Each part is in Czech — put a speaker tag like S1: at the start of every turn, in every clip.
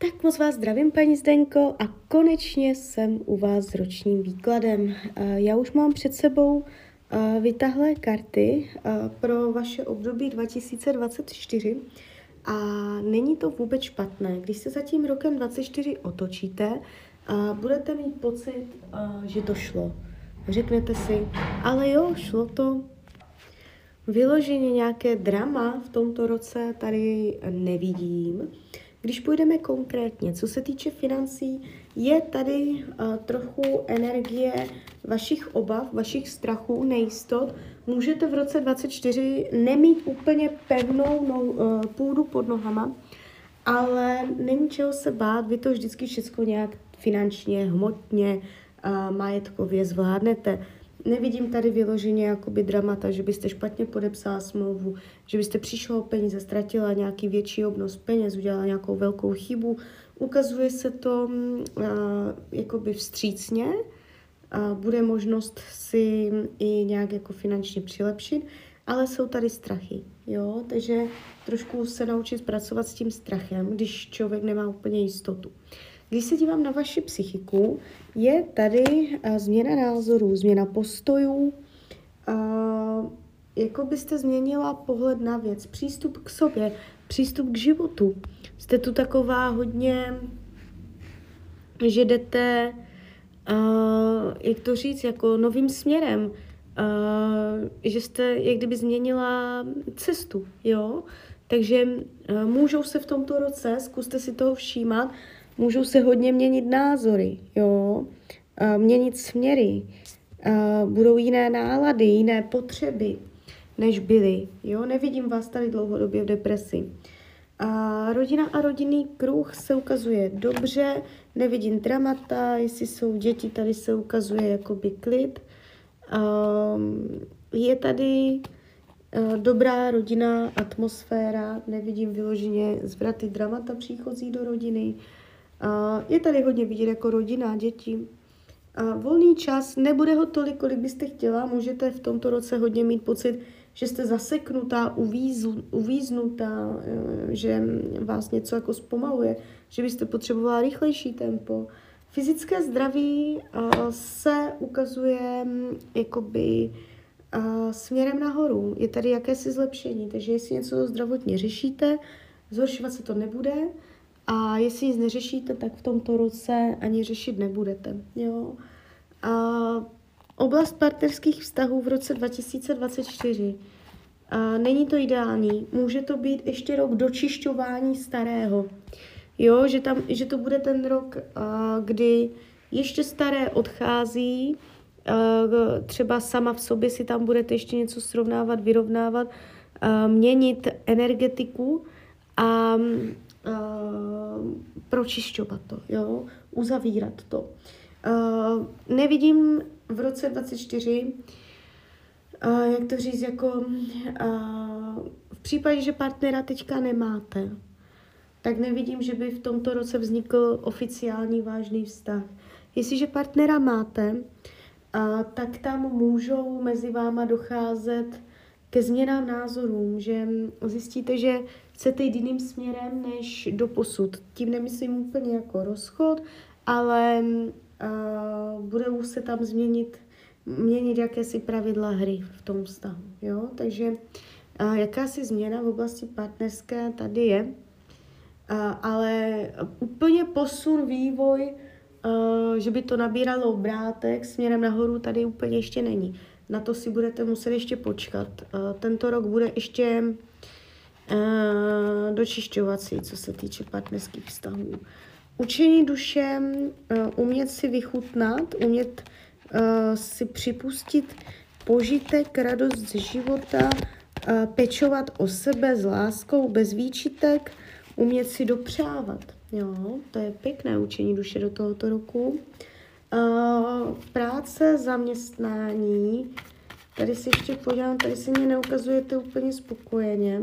S1: Tak moc vás zdravím, paní Zdenko, a konečně jsem u vás s ročním výkladem. Já už mám před sebou vytahlé karty pro vaše období 2024 a není to vůbec špatné. Když se za tím rokem 2024 otočíte, budete mít pocit, že to šlo. Řeknete si, ale jo, šlo to. Vyloženě nějaké drama v tomto roce tady nevidím. Když půjdeme konkrétně, co se týče financí, je tady trochu energie vašich obav, vašich strachů, nejistot. Můžete v roce 2024 nemít úplně pevnou půdu pod nohama, ale není čeho se bát, vy to vždycky všechno nějak finančně, hmotně, majetkově zvládnete. Nevidím tady vyloženě jakoby dramata, že byste špatně podepsala smlouvu, že byste přišla o peníze, ztratila nějaký větší obnos peněz, udělala nějakou velkou chybu. Ukazuje se to jakoby vstřícně, bude možnost si i nějak jako finančně přilepšit, ale jsou tady strachy, jo? Takže trošku se naučit pracovat s tím strachem, když člověk nemá úplně jistotu. Když se dívám na vaši psychiku, je tady změna názorů, změna postojů, jako byste změnila pohled na věc, přístup k sobě, přístup k životu. Jste tu taková hodně, že jdete, jak to říct, jako novým směrem, že jste jak kdyby změnila cestu, jo? Takže můžou se v tomto roce, zkuste si toho všímat, můžou se hodně měnit názory, jo? Měnit směry, budou jiné nálady, jiné potřeby, než byly. Jo? Nevidím vás tady dlouhodobě v depresi. Rodina a rodinný kruh se ukazuje dobře, nevidím dramata, jestli jsou děti, tady se ukazuje jakoby klid. Je tady dobrá rodinná atmosféra, nevidím vyloženě zvraty dramata příchozí do rodiny. Je tady hodně vidět jako rodina, děti. Volný čas, nebude ho tolik, kolik byste chtěla, můžete v tomto roce hodně mít pocit, že jste zaseknutá, uvíznutá, že vás něco jako zpomaluje, že byste potřebovala rychlejší tempo. Fyzické zdraví se ukazuje jakoby směrem nahoru. Je tady jakési zlepšení, takže jestli něco zdravotně řešíte, zhoršovat se to nebude. A jestli nic neřešíte, tak v tomto roce ani řešit nebudete. Jo? Oblast partnerských vztahů v roce 2024. Není to ideální. Může to být ještě rok dočišťování starého. Jo? Že to bude ten rok, kdy ještě staré odchází, třeba sama v sobě si tam budete ještě něco srovnávat, vyrovnávat, měnit energetiku a pročišťovat to, jo? Uzavírat to. Nevidím v roce 2024, jak to říct, jako v případě, že partnera teďka nemáte, tak nevidím, že by v tomto roce vznikl oficiální vážný vztah. Jestliže partnera máte, tak tam můžou mezi váma docházet ke změnám názorům, že zjistíte, že chcete jít jiným směrem než doposud. Tím nemyslím úplně jako rozchod, ale budou se tam měnit jakési pravidla hry v tom vztahu. Jo? Takže jakási změna v oblasti partnerské tady je, ale úplně posun, vývoj, že by to nabíralo obrátek směrem nahoru, tady úplně ještě není. Na to si budete muset ještě počkat. Tento rok bude ještě dočišťovací, co se týče partnerských vztahů. Učení duše, umět si vychutnat, umět si připustit požitek, radost z života, pečovat o sebe s láskou, bez výčitek, umět si dopřávat. Jo, to je pěkné učení duše do tohoto roku. Práce, zaměstnání, tady si ještě podívám, tady se mě neukazujete úplně spokojeně.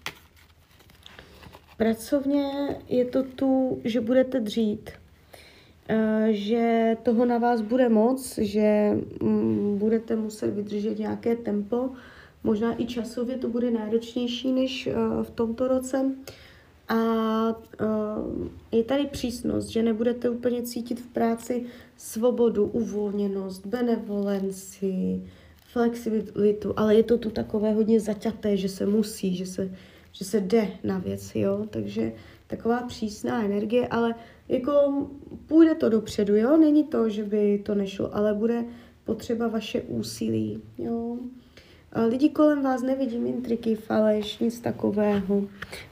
S1: Pracovně je to tu, že budete dřít, že toho na vás bude moc, že budete muset vydržet nějaké tempo, možná i časově to bude náročnější než v tomto roce. A je tady přísnost, že nebudete úplně cítit v práci svobodu, uvolněnost, benevolenci, flexibilitu, ale je to tu takové hodně zaťaté, že se musí, že se jde na věc, jo, takže taková přísná energie, ale jako půjde to dopředu, jo, není to, že by to nešlo, ale bude potřeba vaše úsilí, jo. Lidi kolem vás, nevidím intriky, faleš, nic takového.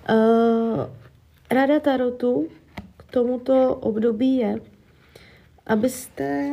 S1: Rada tarotu k tomuto období je, abyste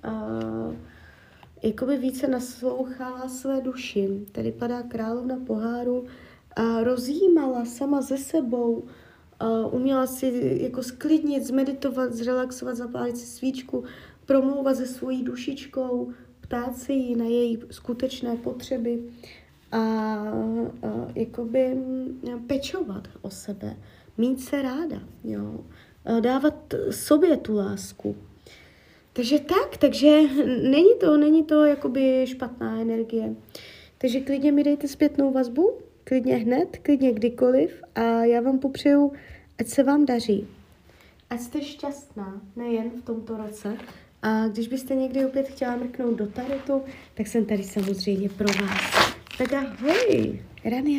S1: jakoby více naslouchala své duši. Tady padá královna poháru a rozjímala sama ze sebou, uměla si jako sklidnit, zmeditovat, zrelaxovat, zapálit si svíčku, promlouvat se svojí dušičkou, ptát se jí na její skutečné potřeby a jakoby pečovat o sebe, mít se ráda, jo, dávat sobě tu lásku. Takže není to jakoby špatná energie. Takže klidně mi dejte zpětnou vazbu, klidně hned, klidně kdykoliv a já vám popřeju, ať se vám daří. Ať jste šťastná, nejen v tomto roce. A když byste někdy opět chtěla mrknout do tarotu, tak jsem tady samozřejmě pro vás. Tak ahoj, Rania.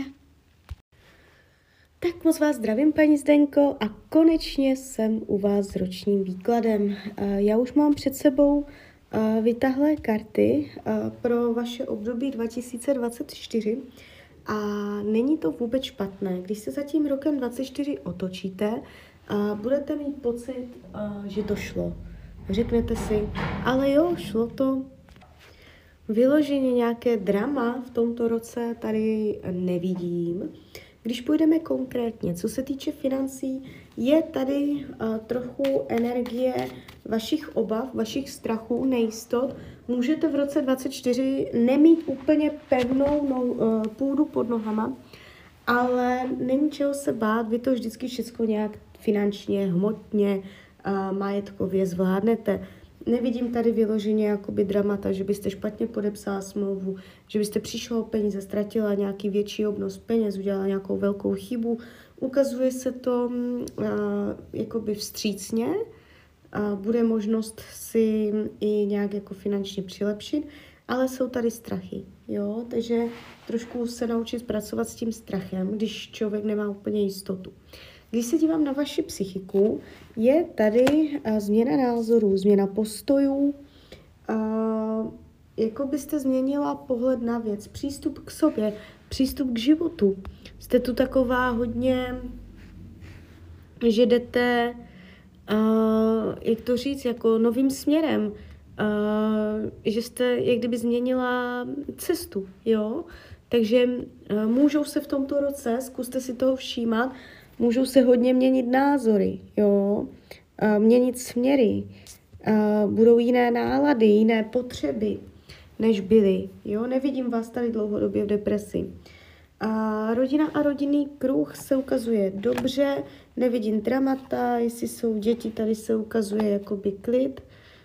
S1: Tak moc vás zdravím, paní Zdenko, a konečně jsem u vás s ročním výkladem. Já už mám před sebou vytahlé karty pro vaše období 2024 a není to vůbec špatné. Když se za tím rokem 2024 otočíte, budete mít pocit, že to šlo. Řeknete si, ale jo, šlo to. Vyloženě nějaké drama v tomto roce tady nevidím. Když půjdeme konkrétně, co se týče financí, je tady trochu energie vašich obav, vašich strachů, nejistot. Můžete v roce 2024 nemít úplně pevnou půdu pod nohama, ale není čeho se bát, vy to vždycky všechno nějak finančně, hmotně, majetkově zvládnete. Nevidím tady vyloženě jakoby dramata, že byste špatně podepsala smlouvu, že byste přišla o peníze, ztratila nějaký větší obnos peněz, udělala nějakou velkou chybu. Ukazuje se to jakoby vstřícně, bude možnost si i nějak jako finančně přilepšit, ale jsou tady strachy, jo, takže trošku se naučit pracovat s tím strachem, když člověk nemá úplně jistotu. Když se dívám na vaši psychiku, je tady změna názorů, změna postojů, jako byste změnila pohled na věc, přístup k sobě, přístup k životu. Jste tu taková hodně, že jdete, jak to říct, jako novým směrem, že jste jak kdyby změnila cestu, jo? Takže můžou se v tomto roce, zkuste si toho všímat, můžou se hodně měnit názory, jo, měnit směry, budou jiné nálady, jiné potřeby, než byly, jo, nevidím vás tady dlouhodobě v depresi. Rodina a rodinný kruh se ukazuje dobře, nevidím dramata, jestli jsou děti, tady se ukazuje jakoby klid.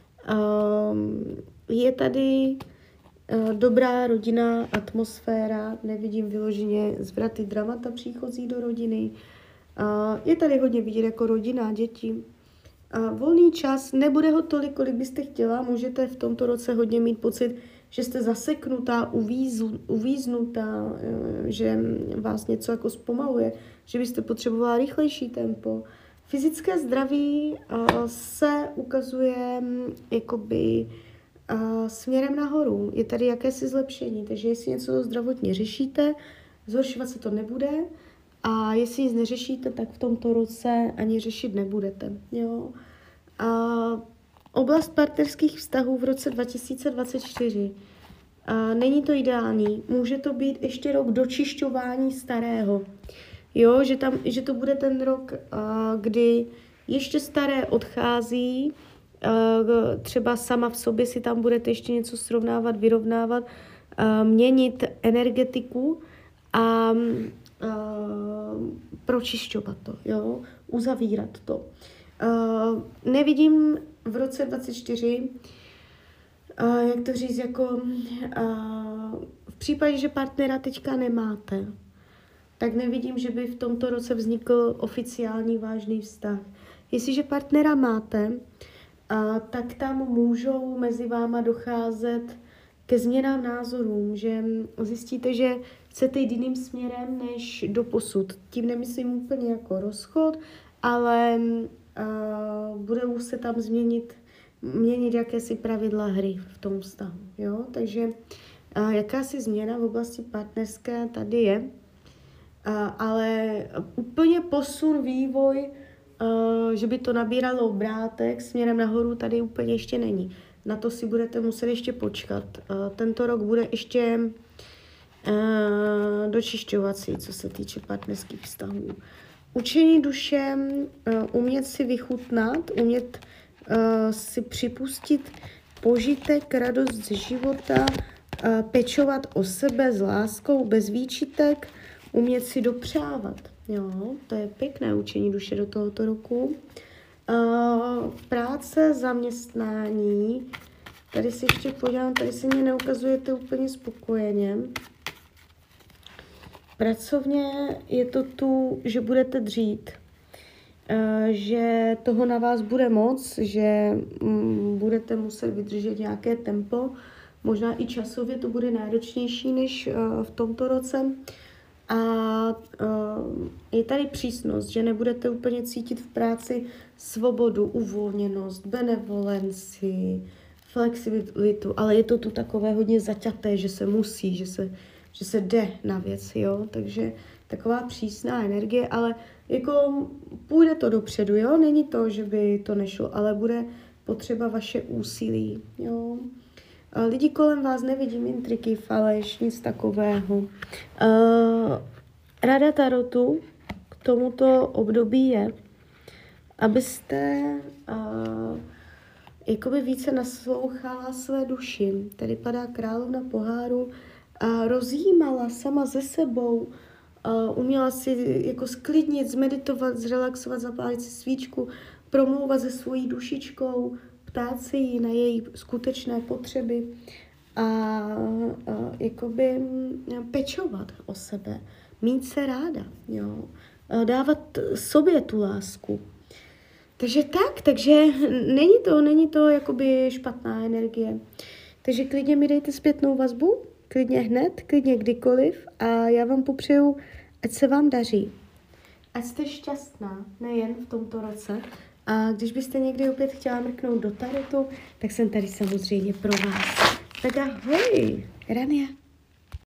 S1: Je tady dobrá rodinná atmosféra, nevidím vyloženě zvraty, dramata příchozí do rodiny. Je tady hodně vidět jako rodina, děti. Volný čas, nebude ho tolik, kolik byste chtěla, můžete v tomto roce hodně mít pocit, že jste zaseknutá, uvíznutá, že vás něco jako zpomaluje, že byste potřebovala rychlejší tempo. Fyzické zdraví se ukazuje jakoby směrem nahoru. Je tady jakési zlepšení, takže jestli něco zdravotně řešíte, zhoršovat se to nebude. A jestli nic neřešíte, tak v tomto roce ani řešit nebudete. Jo? Oblast partnerských vztahů v roce 2024. Není to ideální. Může to být ještě rok dočišťování starého. Jo? Že to bude ten rok, kdy ještě staré odchází, třeba sama v sobě si tam budete ještě něco srovnávat, vyrovnávat, měnit energetiku a pročišťovat to, jo? Uzavírat to. Nevidím v roce 2024, jak to říct, jako v případě, že partnera teďka nemáte, tak nevidím, že by v tomto roce vznikl oficiální vážný vztah. Jestliže partnera máte, tak tam můžou mezi váma docházet ke změnám názorům, že zjistíte, že chcete jít jiným směrem než doposud. Tím nemyslím úplně jako rozchod, ale budou se tam měnit jakési pravidla hry v tom vztahu. Jo? Takže jakási změna v oblasti partnerské tady je, ale úplně posun, vývoj, že by to nabíralo obrátek směrem nahoru, tady úplně ještě není. Na to si budete muset ještě počkat. Tento rok bude ještě dočišťovací, co se týče partnerských vztahů. Učení duše, umět si vychutnat, umět si připustit požitek, radost z života, pečovat o sebe s láskou, bez výčitek, umět si dopřávat. Jo, to je pěkné učení duše do tohoto roku. Práce, zaměstnání, tady si ještě podívám, tady se mě neukazujete úplně spokojeně. Pracovně je to tu, že budete dřít, že toho na vás bude moc, že budete muset vydržet nějaké tempo, možná i časově to bude náročnější než v tomto roce. A je tady přísnost, že nebudete úplně cítit v práci svobodu, uvolněnost, benevolenci, flexibilitu, ale je to tu takové hodně zaťaté, že se musí, že se jde na věc, jo, takže taková přísná energie, ale jako půjde to dopředu, jo, není to, že by to nešlo, ale bude potřeba vaše úsilí, jo. Lidi kolem vás nevidím intriky, faleš, nic takového. Rada tarotu k tomuto období je, abyste jakoby více naslouchala své duši. Tady padá královna poháru a rozjímala sama ze sebou, uměla si jako sklidnit, zmeditovat, zrelaxovat, zapálit si svíčku, promlouvat se svojí dušičkou, ptát se jí na její skutečné potřeby a jakoby pečovat o sebe, mít se ráda, jo? Dávat sobě tu lásku. Takže není to jakoby špatná energie. Takže klidně mi dejte zpětnou vazbu, klidně hned, klidně kdykoliv a já vám popřeju, ať se vám daří. Ať jste šťastná, nejen v tomto roce. A když byste někdy opět chtěla mrknout do tarotu, tak jsem tady samozřejmě pro vás. Tak ahoj, Rania.